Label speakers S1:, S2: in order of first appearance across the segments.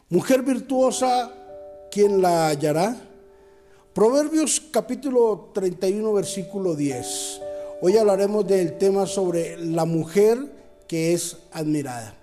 S1: Mujer virtuosa, ¿quién la hallará? Proverbios capítulo 31, versículo 10. Hoy hablaremos del tema sobre la mujer que es admirada.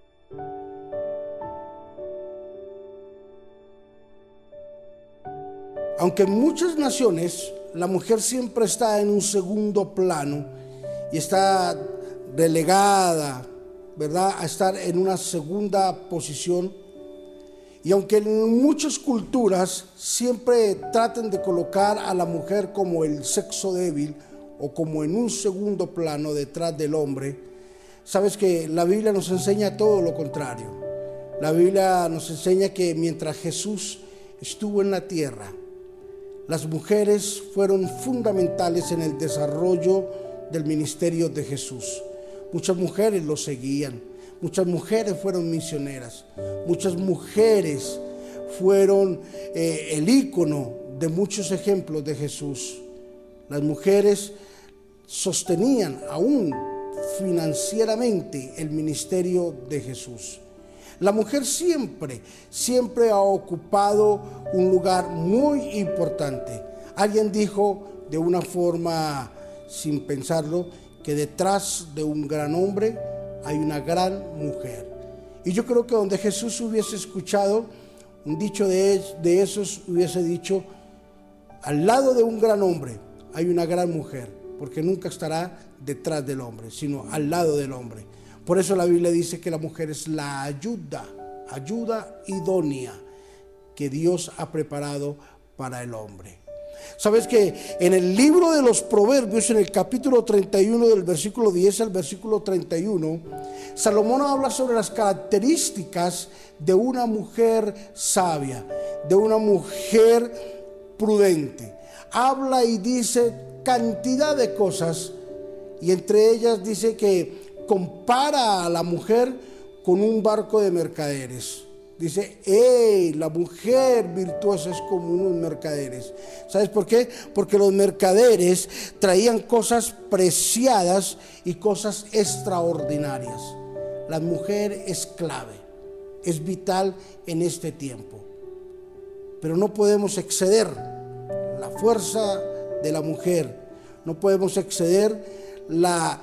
S1: Aunque en muchas naciones la mujer siempre está en un segundo plano y está relegada, ¿verdad?, a estar en una segunda posición, y aunque en muchas culturas siempre traten de colocar a la mujer como el sexo débil o como en un segundo plano detrás del hombre, sabes que la Biblia nos enseña todo lo contrario. La Biblia nos enseña que mientras Jesús estuvo en la tierra, las mujeres fueron fundamentales en el desarrollo del ministerio de Jesús. Muchas mujeres lo seguían, muchas mujeres fueron misioneras, muchas mujeres fueron el ícono de muchos ejemplos de Jesús. Las mujeres sostenían aún financieramente el ministerio de Jesús. La mujer siempre ha ocupado un lugar muy importante. Alguien dijo de una forma sin pensarlo que detrás de un gran hombre hay una gran mujer. Y yo creo que donde Jesús hubiese escuchado un dicho de esos, hubiese dicho: al lado de un gran hombre hay una gran mujer, porque nunca estará detrás del hombre, sino al lado del hombre. Por eso la Biblia dice que la mujer es la ayuda idónea que Dios ha preparado para el hombre. Sabes que en el libro de los Proverbios, en el capítulo 31, del versículo 10 al versículo 31, Salomón habla sobre las características de una mujer sabia, de una mujer prudente. Habla y dice cantidad de cosas, y entre ellas dice que compara a la mujer con un barco de mercaderes. Dice: la mujer virtuosa es como unos mercaderes. ¿Sabes por qué? Porque los mercaderes traían cosas preciadas y cosas extraordinarias. La mujer es clave, es vital en este tiempo. Pero no podemos exceder la fuerza de la mujer, no podemos exceder la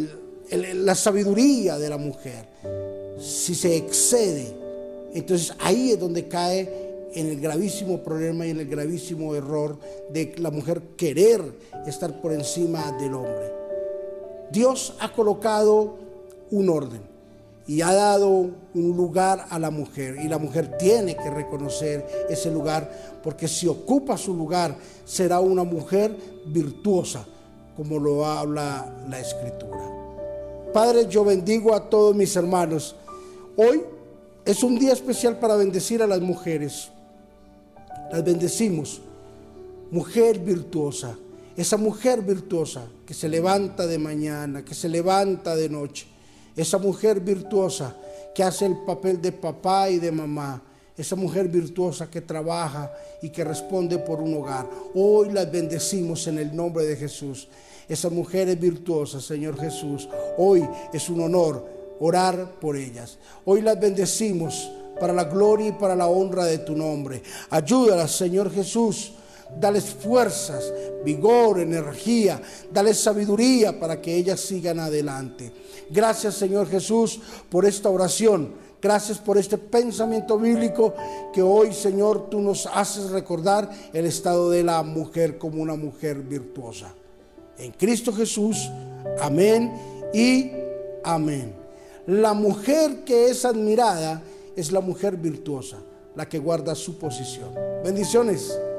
S1: sabiduría de la mujer. Si se excede, entonces ahí es donde cae en el gravísimo problema y en el gravísimo error de la mujer querer estar por encima del hombre. Dios ha colocado un orden y ha dado un lugar a la mujer, y la mujer tiene que reconocer ese lugar, porque si ocupa su lugar será una mujer virtuosa, como lo habla la Escritura. Padre, yo bendigo a todos mis hermanos. Hoy es un día especial para bendecir a las mujeres. Las bendecimos. Mujer virtuosa, esa mujer virtuosa que se levanta de mañana, que se levanta de noche, esa mujer virtuosa que hace el papel de papá y de mamá, esa mujer virtuosa que trabaja y que responde por un hogar. Hoy las bendecimos en el nombre de Jesús. Esas mujeres virtuosas, Señor Jesús, hoy es un honor orar por ellas. Hoy las bendecimos para la gloria y para la honra de tu nombre. Ayúdalas, Señor Jesús. Dales fuerzas, vigor, energía. Dales sabiduría para que ellas sigan adelante. Gracias, Señor Jesús, por esta oración. Gracias por este pensamiento bíblico que hoy, Señor, tú nos haces recordar el estado de la mujer como una mujer virtuosa. En Cristo Jesús, amén y amén. La mujer que es admirada es la mujer virtuosa, la que guarda su posición. Bendiciones.